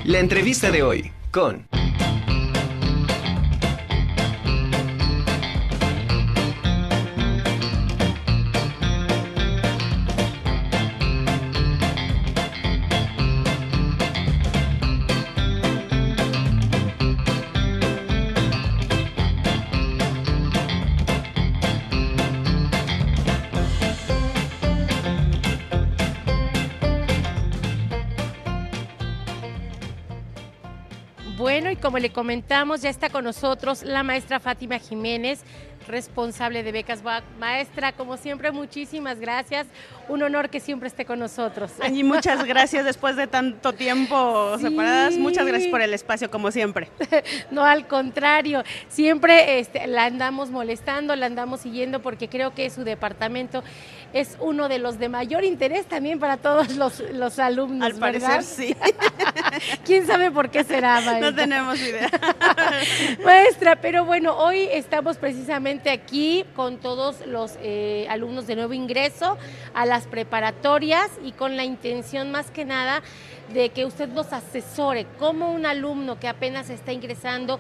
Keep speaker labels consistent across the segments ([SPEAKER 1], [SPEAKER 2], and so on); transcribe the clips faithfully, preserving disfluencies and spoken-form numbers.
[SPEAKER 1] La entrevista de hoy con...
[SPEAKER 2] Bueno, y como le comentamos, ya está con nosotros la maestra Fátima Jiménez, responsable de becas B U A C. Maestra, como siempre, muchísimas gracias. Un honor que siempre esté con nosotros.
[SPEAKER 3] Angie, muchas gracias después de tanto tiempo sí. separadas. Muchas gracias por el espacio, como siempre.
[SPEAKER 2] No, al contrario. Siempre este, la andamos molestando, la andamos siguiendo porque creo que su departamento es uno de los de mayor interés también para todos los, los alumnos,
[SPEAKER 3] Al parecer,
[SPEAKER 2] ¿verdad?
[SPEAKER 3] sí.
[SPEAKER 2] ¿Quién sabe por qué será, maestra?
[SPEAKER 3] No tenemos idea.
[SPEAKER 2] Maestra, pero bueno, hoy estamos precisamente aquí con todos los eh, alumnos de nuevo ingreso a las preparatorias y con la intención más que nada de que usted nos asesore cómo un alumno que apenas está ingresando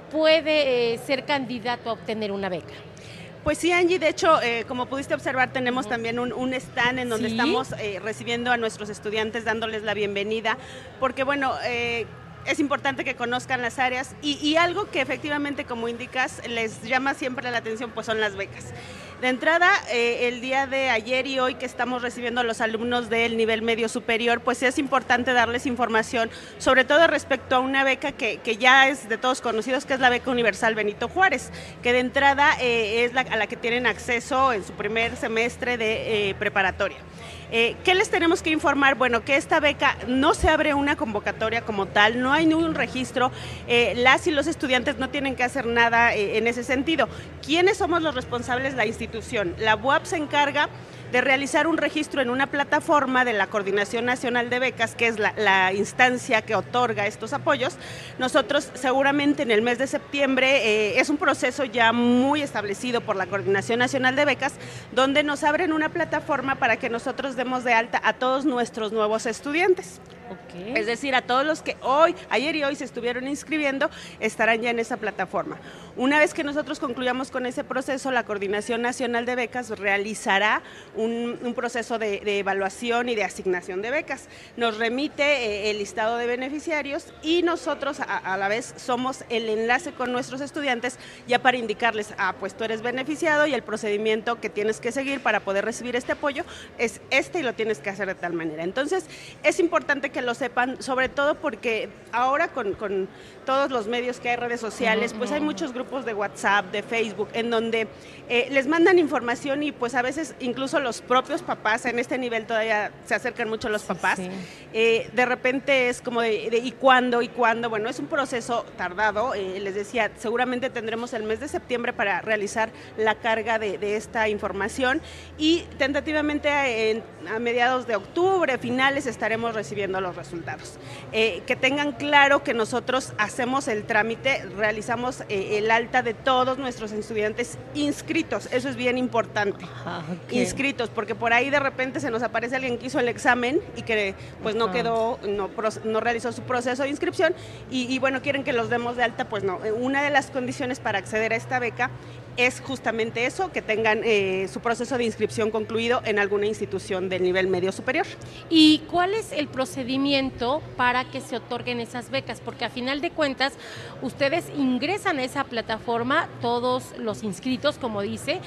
[SPEAKER 2] puede eh, ser candidato a obtener una beca.
[SPEAKER 3] Pues sí, Angie, de hecho, eh, como pudiste observar, tenemos uh-huh. también un, un stand en donde ¿Sí? estamos eh, recibiendo a nuestros estudiantes, dándoles la bienvenida, porque bueno, eh, es importante que conozcan las áreas y, y algo que efectivamente, como indicas, les llama siempre la atención, pues son las becas. De entrada, eh, el día de ayer y hoy que estamos recibiendo a los alumnos del nivel medio superior, pues es importante darles información, sobre todo respecto a una beca que, que ya es de todos conocidos, que es la beca universal Benito Juárez, que de entrada eh, es la, a la que tienen acceso en su primer semestre de eh, preparatoria. Eh, ¿Qué les tenemos que informar? Bueno, que esta beca no se abre una convocatoria como tal, no hay ningún registro, eh, las y los estudiantes no tienen que hacer nada eh, en ese sentido. ¿Quiénes somos los responsables? La institución. La B U A P se encarga de realizar un registro en una plataforma de la Coordinación Nacional de Becas, que es la, la instancia que otorga estos apoyos. Nosotros seguramente en el mes de septiembre, eh, es un proceso ya muy establecido por la Coordinación Nacional de Becas, donde nos abren una plataforma para que nosotros demos de alta a todos nuestros nuevos estudiantes. Okay. Es decir, a todos los que hoy, ayer y hoy se estuvieron inscribiendo, estarán ya en esa plataforma. Una vez que nosotros concluyamos con ese proceso, la Coordinación Nacional de Becas realizará un, un proceso de, de evaluación y de asignación de becas. Nos remite eh, el listado de beneficiarios y nosotros a, a la vez somos el enlace con nuestros estudiantes ya para indicarles, ah, pues tú eres beneficiado y el procedimiento que tienes que seguir para poder recibir este apoyo es este y lo tienes que hacer de tal manera. Entonces, es importante que que lo sepan, sobre todo porque ahora con, con todos los medios que hay, redes sociales, pues hay muchos grupos de WhatsApp, de Facebook, en donde eh, les mandan información y pues a veces incluso los propios papás, en este nivel todavía se acercan mucho los papás, sí. eh, de repente es como de, de ¿y cuándo? ¿y cuándo? Bueno, es un proceso tardado, eh, les decía, seguramente tendremos el mes de septiembre para realizar la carga de, de esta información y tentativamente en, a mediados de octubre, finales, estaremos recibiendo los resultados. Eh, que tengan claro que nosotros hacemos el trámite, realizamos eh, el alta de todos nuestros estudiantes inscritos, eso es bien importante, ah, okay. inscritos, porque por ahí de repente se nos aparece alguien que hizo el examen y que pues no quedó, no, no realizó su proceso de inscripción y, y bueno, quieren que los demos de alta, pues no. Una de las condiciones para acceder a esta beca es justamente eso, que tengan eh, su proceso de inscripción concluido en alguna institución del nivel medio superior.
[SPEAKER 2] ¿Y cuál es el procedimiento para que se otorguen esas becas? Porque a final de cuentas, ustedes ingresan a esa plataforma, todos los inscritos, como dice,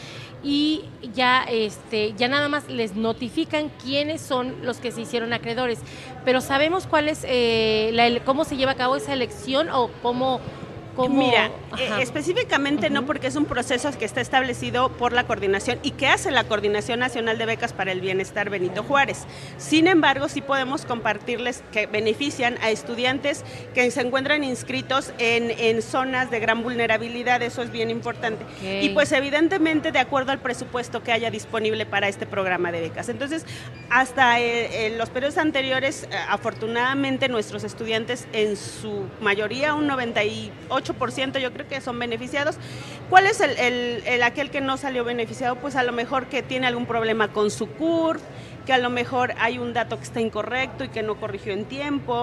[SPEAKER 2] y ya, este, ya nada más les notifican quiénes son los que se hicieron acreedores. Pero ¿sabemos cuál es, eh, la, cómo se lleva a cabo esa elección o cómo... ¿Cómo?
[SPEAKER 3] Mira, eh, específicamente uh-huh. no, porque es un proceso que está establecido por la coordinación y que hace la Coordinación Nacional de Becas para el Bienestar Benito Juárez. Sin embargo, sí podemos compartirles que benefician a estudiantes que se encuentran inscritos en, en zonas de gran vulnerabilidad, eso es bien importante. Okay. Y pues evidentemente de acuerdo al presupuesto que haya disponible para este programa de becas. Entonces, hasta eh, en los periodos anteriores, eh, afortunadamente nuestros estudiantes en su mayoría, un noventa y ocho por ciento yo creo que son beneficiados. ¿Cuál es el, el, el aquel que no salió beneficiado? Pues a lo mejor que tiene algún problema con su C U R, que a lo mejor hay un dato que está incorrecto y que no corrigió en tiempo,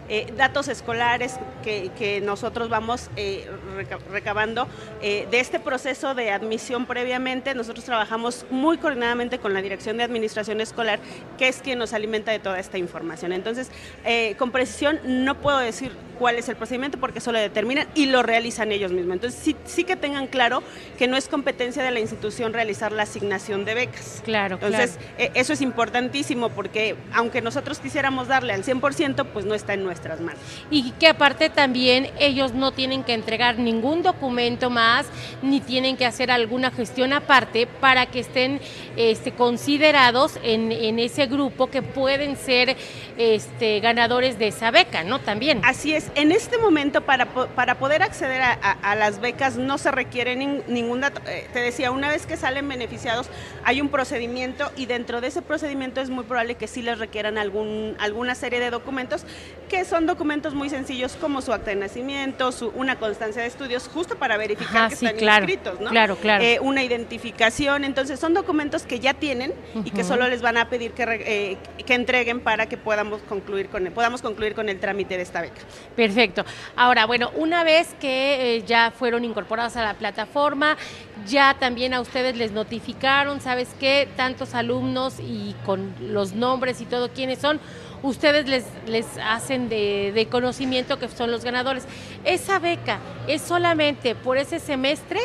[SPEAKER 3] eh, datos escolares que, que nosotros vamos eh, recabando eh, de este proceso de admisión previamente. Nosotros trabajamos muy coordinadamente con la Dirección de Administración Escolar, que es quien nos alimenta de toda esta información. Entonces, eh, con precisión no puedo decir cuál es el procedimiento porque eso lo determinan y lo realizan ellos mismos. Entonces, sí, sí que tengan claro que no es competencia de la institución realizar la asignación de becas.
[SPEAKER 2] Claro,
[SPEAKER 3] Entonces,
[SPEAKER 2] claro.
[SPEAKER 3] Eh, eso es importantísimo porque aunque nosotros quisiéramos darle al cien por ciento, pues no está en nuestras manos.
[SPEAKER 2] Y que aparte también ellos no tienen que entregar ningún documento más, ni tienen que hacer alguna gestión aparte para que estén este, considerados en, en ese grupo que pueden ser este, ganadores de esa beca, ¿no? También.
[SPEAKER 3] Así es. En este momento, para, para poder acceder a, a, a las becas no se requiere nin, ningún dato. Eh, te decía, una vez que salen beneficiados, hay un procedimiento y dentro de ese procedimiento es muy probable que sí les requieran algún, alguna serie de documentos, que son documentos muy sencillos como su acta de nacimiento, su, una constancia de estudios, justo para verificar
[SPEAKER 2] Ajá,
[SPEAKER 3] que
[SPEAKER 2] sí,
[SPEAKER 3] están
[SPEAKER 2] claro,
[SPEAKER 3] inscritos, ¿no?
[SPEAKER 2] Claro, claro.
[SPEAKER 3] Eh, una identificación. Entonces, son documentos que ya tienen uh-huh. y que solo les van a pedir que, eh, que entreguen para que podamos concluir con el, podamos concluir con el trámite de esta beca.
[SPEAKER 2] Perfecto. Ahora, bueno, una vez que eh, ya fueron incorporados a la plataforma, ya también a ustedes les notificaron, ¿sabes qué? Tantos alumnos y con los nombres y todo, quiénes son, ustedes les, les hacen de, de conocimiento que son los ganadores. ¿Esa beca es solamente por ese semestre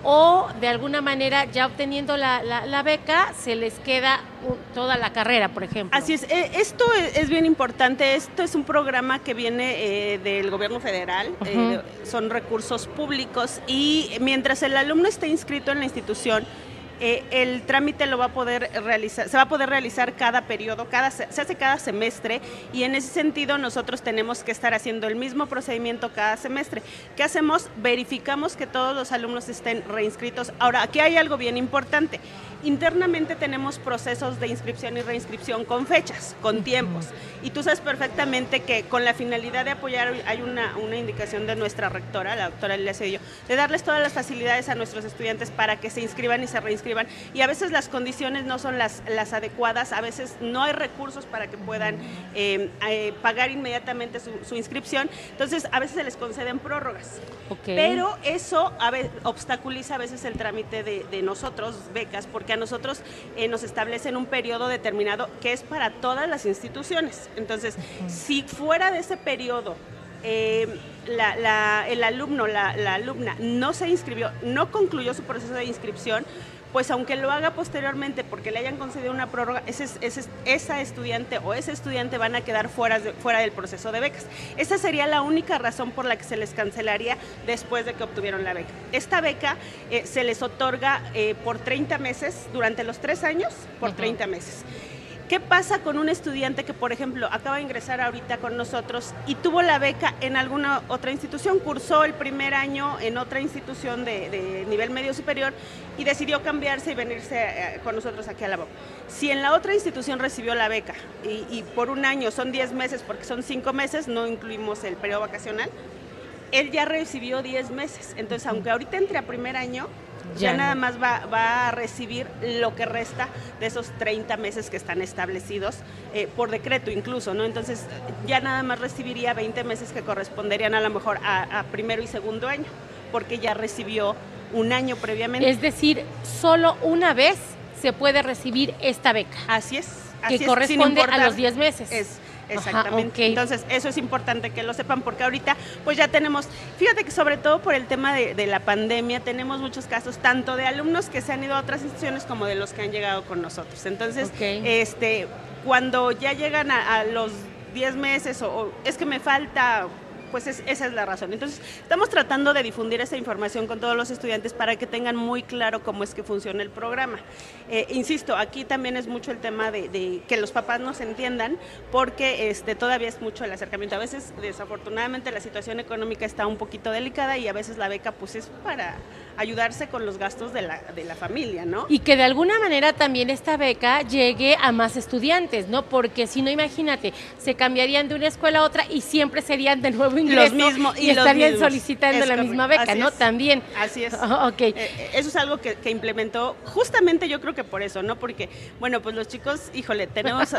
[SPEAKER 2] o de alguna manera ya obteniendo la, la, la beca se les queda un, toda la carrera, por ejemplo?
[SPEAKER 3] Así es, eh, esto es, es bien importante, esto es un programa que viene eh, del gobierno federal, uh-huh. eh, son recursos públicos y mientras el alumno esté inscrito en la institución, Eh, el trámite lo va a poder realizar, se va a poder realizar cada periodo, cada, se hace cada semestre y en ese sentido nosotros tenemos que estar haciendo el mismo procedimiento cada semestre. ¿Qué hacemos? Verificamos que todos los alumnos estén reinscritos. Ahora, aquí hay algo bien importante. Internamente tenemos procesos de inscripción y reinscripción con fechas, con tiempos. Y tú sabes perfectamente que con la finalidad de apoyar, hay una, una indicación de nuestra rectora, la doctora Lilia Cedillo, de darles todas las facilidades a nuestros estudiantes para que se inscriban y se reinscriban. Y a veces las condiciones no son las, las adecuadas, a veces no hay recursos para que puedan eh, eh, pagar inmediatamente su, su inscripción, entonces a veces se les conceden prórrogas. Okay. Pero eso a veces, obstaculiza a veces el trámite de, de nosotros, becas, porque a nosotros eh, nos establecen un periodo determinado que es para todas las instituciones. Entonces, uh-huh. si fuera de ese periodo Eh, la, la, el alumno, la, la alumna no se inscribió, no concluyó su proceso de inscripción, pues aunque lo haga posteriormente porque le hayan concedido una prórroga, ese, ese, esa estudiante o ese estudiante van a quedar fuera, de, fuera del proceso de becas. Esa sería la única razón por la que se les cancelaría después de que obtuvieron la beca. Esta beca eh, se les otorga eh, por treinta meses, durante los tres años, por uh-huh. treinta meses. ¿Qué pasa con un estudiante que, por ejemplo, acaba de ingresar ahorita con nosotros y tuvo la beca en alguna otra institución, cursó el primer año en otra institución de, de nivel medio superior y decidió cambiarse y venirse a, a, con nosotros aquí a la B O P? Si en la otra institución recibió la beca y, y por un año son diez meses, porque son cinco meses, no incluimos el periodo vacacional, él ya recibió diez meses. Entonces, aunque ahorita entre a primer año, ya, ya nada más va, va a recibir lo que resta de esos treinta meses que están establecidos eh, por decreto incluso, ¿no? Entonces ya nada más recibiría veinte meses que corresponderían a lo mejor a, a primero y segundo año, porque ya recibió un año previamente.
[SPEAKER 2] Es decir, solo una vez se puede recibir esta beca.
[SPEAKER 3] Así es. Así
[SPEAKER 2] que
[SPEAKER 3] es,
[SPEAKER 2] corresponde a los diez meses.
[SPEAKER 3] Es, exactamente. Ajá, okay. Entonces, eso es importante que lo sepan, porque ahorita pues ya tenemos, fíjate que sobre todo por el tema de, de la pandemia, tenemos muchos casos, tanto de alumnos que se han ido a otras instituciones como de los que han llegado con nosotros. Entonces, okay. este, cuando ya llegan a, a los diez meses o, o es que me falta... pues es, esa es la razón. Entonces, estamos tratando de difundir esa información con todos los estudiantes para que tengan muy claro cómo es que funciona el programa. Eh, insisto, aquí también es mucho el tema de, de que los papás nos entiendan, porque este, todavía es mucho el acercamiento. A veces, desafortunadamente, la situación económica está un poquito delicada y a veces la beca pues es para ayudarse con los gastos de la, de la familia, ¿no?
[SPEAKER 2] Y que de alguna manera también esta beca llegue a más estudiantes, ¿no? Porque si no, imagínate, se cambiarían de una escuela a otra y siempre serían de nuevo ingreso
[SPEAKER 3] los mismos,
[SPEAKER 2] y,
[SPEAKER 3] y los
[SPEAKER 2] estarían
[SPEAKER 3] mismos.
[SPEAKER 2] solicitando
[SPEAKER 3] Es
[SPEAKER 2] la
[SPEAKER 3] correcto.
[SPEAKER 2] misma beca,
[SPEAKER 3] Así
[SPEAKER 2] ¿no?
[SPEAKER 3] es.
[SPEAKER 2] También.
[SPEAKER 3] Así es.
[SPEAKER 2] Oh, ok.
[SPEAKER 3] Eh, eso es algo que, que implementó justamente yo creo que por eso, ¿no? Porque, bueno, pues los chicos, híjole, tenemos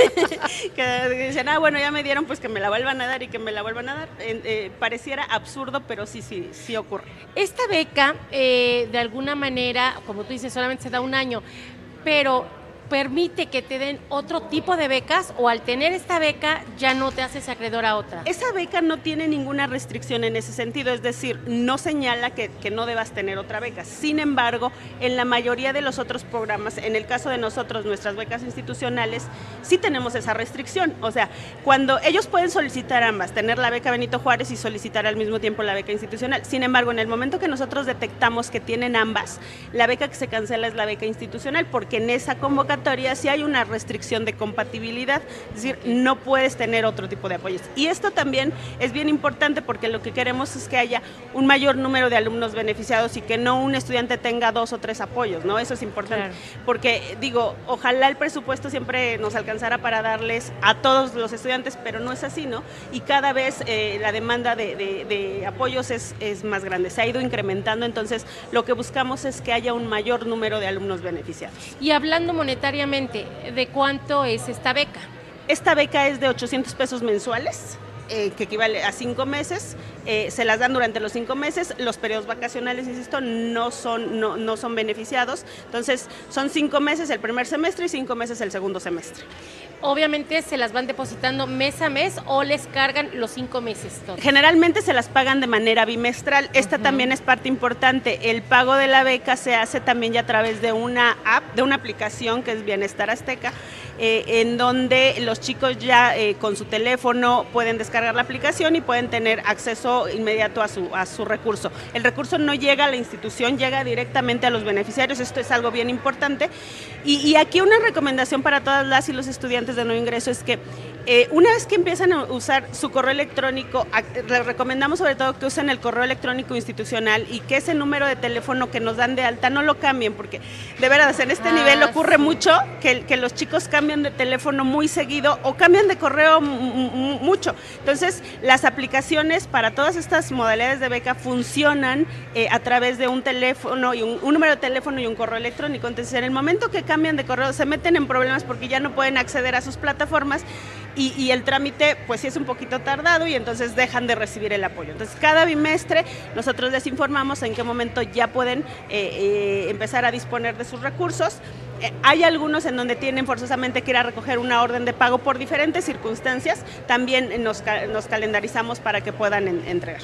[SPEAKER 3] que dicen, ah, bueno, ya me dieron, pues que me la vuelvan a dar y que me la vuelvan a dar. Eh, eh, pareciera absurdo, pero sí, sí, sí ocurre.
[SPEAKER 2] Esta beca, eh, de alguna manera, como tú dices, solamente se da un año, pero permite que te den otro tipo de becas, o al tener esta beca ya no te haces acreedor a otra.
[SPEAKER 3] Esa beca no tiene ninguna restricción en ese sentido, es decir, no señala que, que no debas tener otra beca. Sin embargo, en la mayoría de los otros programas, en el caso de nosotros, nuestras becas institucionales, sí tenemos esa restricción. O sea, cuando ellos pueden solicitar ambas, tener la beca Benito Juárez y solicitar al mismo tiempo la beca institucional. Sin embargo, en el momento que nosotros detectamos que tienen ambas, la beca que se cancela es la beca institucional, porque en esa convocatoria sí hay una restricción de compatibilidad, es decir, no puedes tener otro tipo de apoyos. Y esto también es bien importante porque lo que queremos es que haya un mayor número de alumnos beneficiados y que no un estudiante tenga dos o tres apoyos, ¿no? Eso es importante, claro. Porque digo, ojalá el presupuesto siempre nos alcanzara para darles a todos los estudiantes, pero no es así, ¿no? Y cada vez eh, la demanda de, de, de apoyos es, es más grande, se ha ido incrementando, entonces lo que buscamos es que haya un mayor número de alumnos beneficiados.
[SPEAKER 2] Y hablando monetariamente, ¿de cuánto es esta beca?
[SPEAKER 3] Esta beca es de ochocientos pesos mensuales, eh, que equivale a cinco meses, eh, se las dan durante los cinco meses, los periodos vacacionales, insisto, no son, no, no son beneficiados, entonces son cinco meses el primer semestre y cinco meses el segundo semestre.
[SPEAKER 2] Obviamente se las van depositando mes a mes o les cargan los cinco meses todos.
[SPEAKER 3] Generalmente se las pagan de manera bimestral. Esta uh-huh. también es parte importante. El pago de la beca se hace también ya a través de una app, de una aplicación que es Bienestar Azteca, eh, en donde los chicos ya eh, con su teléfono pueden descargar la aplicación y pueden tener acceso inmediato a su, a su recurso. El recurso no llega a la institución, llega directamente a los beneficiarios. Esto es algo bien importante. Y, y aquí una recomendación para todas las y los estudiantes de nuevo ingreso es que eh, una vez que empiezan a usar su correo electrónico, a, les recomendamos sobre todo que usen el correo electrónico institucional y que ese número de teléfono que nos dan de alta no lo cambien, porque de verdad en este ah, nivel ocurre sí. mucho que, que los chicos cambian de teléfono muy seguido o cambian de correo mucho. Entonces las aplicaciones para todas estas modalidades de beca funcionan eh, a través de un teléfono y un, un número de teléfono y un correo electrónico. Entonces en el momento que cambian de correo se meten en problemas porque ya no pueden acceder a sus plataformas y, y el trámite pues sí es un poquito tardado y entonces dejan de recibir el apoyo. Entonces cada bimestre nosotros les informamos en qué momento ya pueden eh, eh, empezar a disponer de sus recursos. Eh, hay algunos en donde tienen forzosamente que ir a recoger una orden de pago por diferentes circunstancias, también nos, nos calendarizamos para que puedan en, entregar.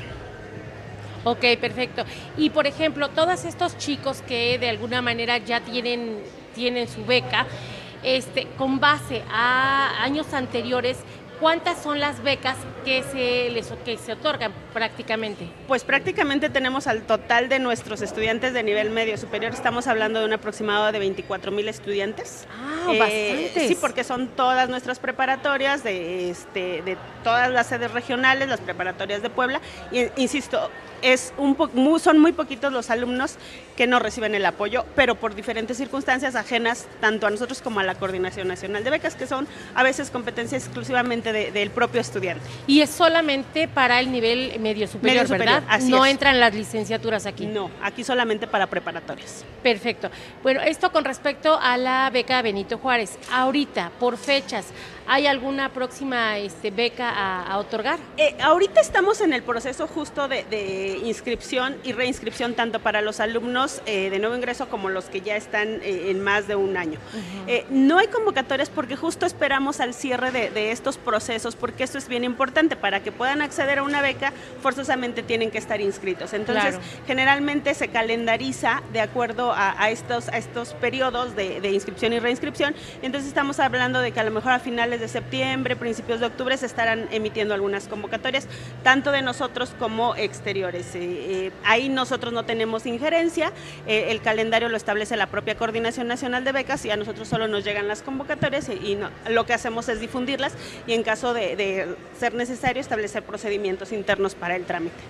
[SPEAKER 2] Ok, perfecto. Y por ejemplo, todos estos chicos que de alguna manera ya tienen, tienen su beca, Este, con base a años anteriores, ¿cuántas son las becas que se les que se otorgan prácticamente?
[SPEAKER 3] Pues prácticamente tenemos al total de nuestros estudiantes de nivel medio superior, estamos hablando de un aproximado de veinticuatro mil estudiantes.
[SPEAKER 2] Ah, eh, bastantes.
[SPEAKER 3] Sí, porque son todas nuestras preparatorias, de, este, de todas las sedes regionales, las preparatorias de Puebla, y insisto, es un po muy, son muy poquitos los alumnos que no reciben el apoyo, pero por diferentes circunstancias ajenas tanto a nosotros como a la Coordinación Nacional de Becas, que son a veces competencias exclusivamente de, del propio estudiante.
[SPEAKER 2] Y es solamente para el nivel medio superior,
[SPEAKER 3] medio superior,
[SPEAKER 2] ¿verdad?
[SPEAKER 3] Así
[SPEAKER 2] no
[SPEAKER 3] es.
[SPEAKER 2] entran las licenciaturas aquí.
[SPEAKER 3] No, aquí solamente para preparatorias.
[SPEAKER 2] Perfecto. Bueno, esto con respecto a la beca Benito Juárez. Ahorita, por fechas, ¿hay alguna próxima este, beca a, a otorgar?
[SPEAKER 3] Eh, ahorita estamos en el proceso justo de, de inscripción y reinscripción tanto para los alumnos eh, de nuevo ingreso como los que ya están eh, en más de un año. Uh-huh. eh, no hay convocatorias porque justo esperamos al cierre de, de estos procesos, porque esto es bien importante. Para que puedan acceder a una beca, forzosamente tienen que estar inscritos. Entonces, claro. generalmente se calendariza de acuerdo a, a, estos, a estos periodos de, de inscripción y reinscripción. Entonces estamos hablando de que a lo mejor a finales de septiembre, principios de octubre se estarán emitiendo algunas convocatorias, tanto de nosotros como exteriores. Eh, eh, ahí nosotros no tenemos injerencia, eh, el calendario lo establece la propia Coordinación Nacional de Becas y a nosotros solo nos llegan las convocatorias y, y no, lo que hacemos es difundirlas y en caso de, de ser necesario establecer procedimientos internos para el trámite.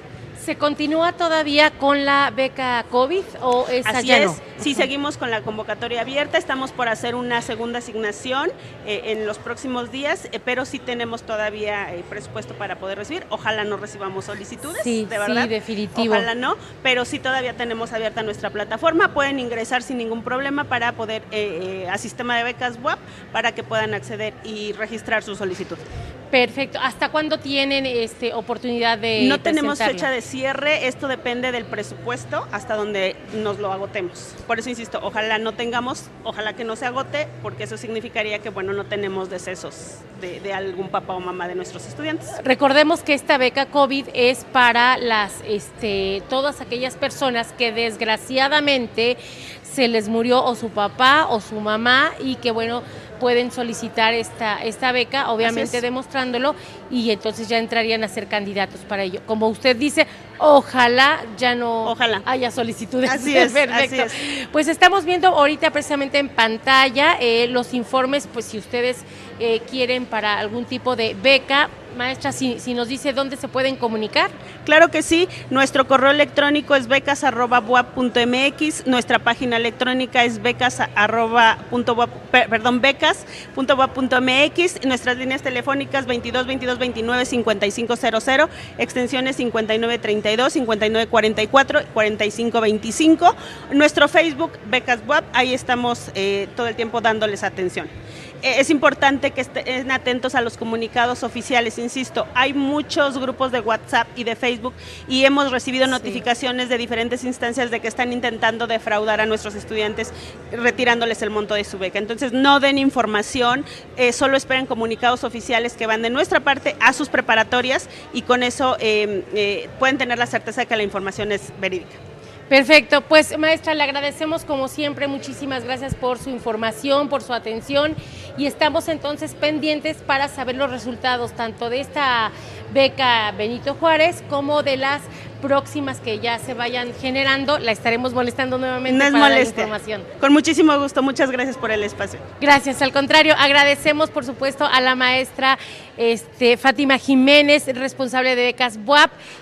[SPEAKER 2] ¿Se continúa todavía con la beca COVID o esa
[SPEAKER 3] Así
[SPEAKER 2] ya
[SPEAKER 3] es,
[SPEAKER 2] no?
[SPEAKER 3] sí
[SPEAKER 2] Uh-huh.
[SPEAKER 3] seguimos con la convocatoria abierta, estamos por hacer una segunda asignación eh, en los próximos días, eh, pero sí tenemos todavía eh, presupuesto para poder recibir, ojalá no recibamos solicitudes,
[SPEAKER 2] sí,
[SPEAKER 3] de verdad,
[SPEAKER 2] sí, definitivo.
[SPEAKER 3] Ojalá no, pero sí todavía tenemos abierta nuestra plataforma, pueden ingresar sin ningún problema para poder, eh, eh, a Sistema de Becas W A P, para que puedan acceder y registrar su solicitud.
[SPEAKER 2] Perfecto. ¿Hasta cuándo tienen este, oportunidad de
[SPEAKER 3] No tenemos
[SPEAKER 2] presentarla?
[SPEAKER 3] fecha de cierre, esto depende del presupuesto hasta donde nos lo agotemos. Por eso insisto, ojalá no tengamos, ojalá que no se agote, porque eso significaría que bueno, no tenemos decesos de, de algún papá o mamá de nuestros estudiantes.
[SPEAKER 2] Recordemos que esta beca COVID es para las, este, todas aquellas personas que desgraciadamente se les murió o su papá o su mamá y que bueno, pueden solicitar esta, esta beca, obviamente demostrándolo, y entonces ya entrarían a ser candidatos para ello. Como usted dice, ojalá ya no
[SPEAKER 3] ojalá.
[SPEAKER 2] haya solicitudes.
[SPEAKER 3] Así es,
[SPEAKER 2] perfecto.
[SPEAKER 3] Así es.
[SPEAKER 2] Pues estamos viendo ahorita precisamente en pantalla eh, los informes, pues si ustedes eh, quieren para algún tipo de beca. Maestra, si, si nos dice dónde se pueden comunicar.
[SPEAKER 3] Claro que sí, nuestro correo electrónico es becas arroba buap punto mx, nuestra página electrónica es becas arroba punto buap, perdón, becas punto buap punto mx, nuestras líneas telefónicas veintidós veintidós veintinueve cincuenta y cinco cero cero, extensiones cincuenta y nueve treinta y dos, cincuenta y nueve cuarenta y cuatro, cuarenta y cinco veinticinco, nuestro Facebook Becas W A P, ahí estamos eh, todo el tiempo dándoles atención. Es importante que estén atentos a los comunicados oficiales, insisto, hay muchos grupos de WhatsApp y de Facebook y hemos recibido sí. notificaciones de diferentes instancias de que están intentando defraudar a nuestros estudiantes retirándoles el monto de su beca. Entonces no den información, eh, solo esperen comunicados oficiales que van de nuestra parte a sus preparatorias y con eso eh, eh, pueden tener la certeza de que la información es verídica.
[SPEAKER 2] Perfecto, pues maestra, le agradecemos como siempre, muchísimas gracias por su información, por su atención y estamos entonces pendientes para saber los resultados tanto de esta beca Benito Juárez como de las próximas que ya se vayan generando. La estaremos molestando nuevamente
[SPEAKER 3] no es
[SPEAKER 2] para
[SPEAKER 3] molestia.
[SPEAKER 2] dar información.
[SPEAKER 3] Con muchísimo gusto, muchas gracias por el espacio.
[SPEAKER 2] Gracias, al contrario, agradecemos por supuesto a la maestra este, Fátima Jiménez, responsable de becas W A P.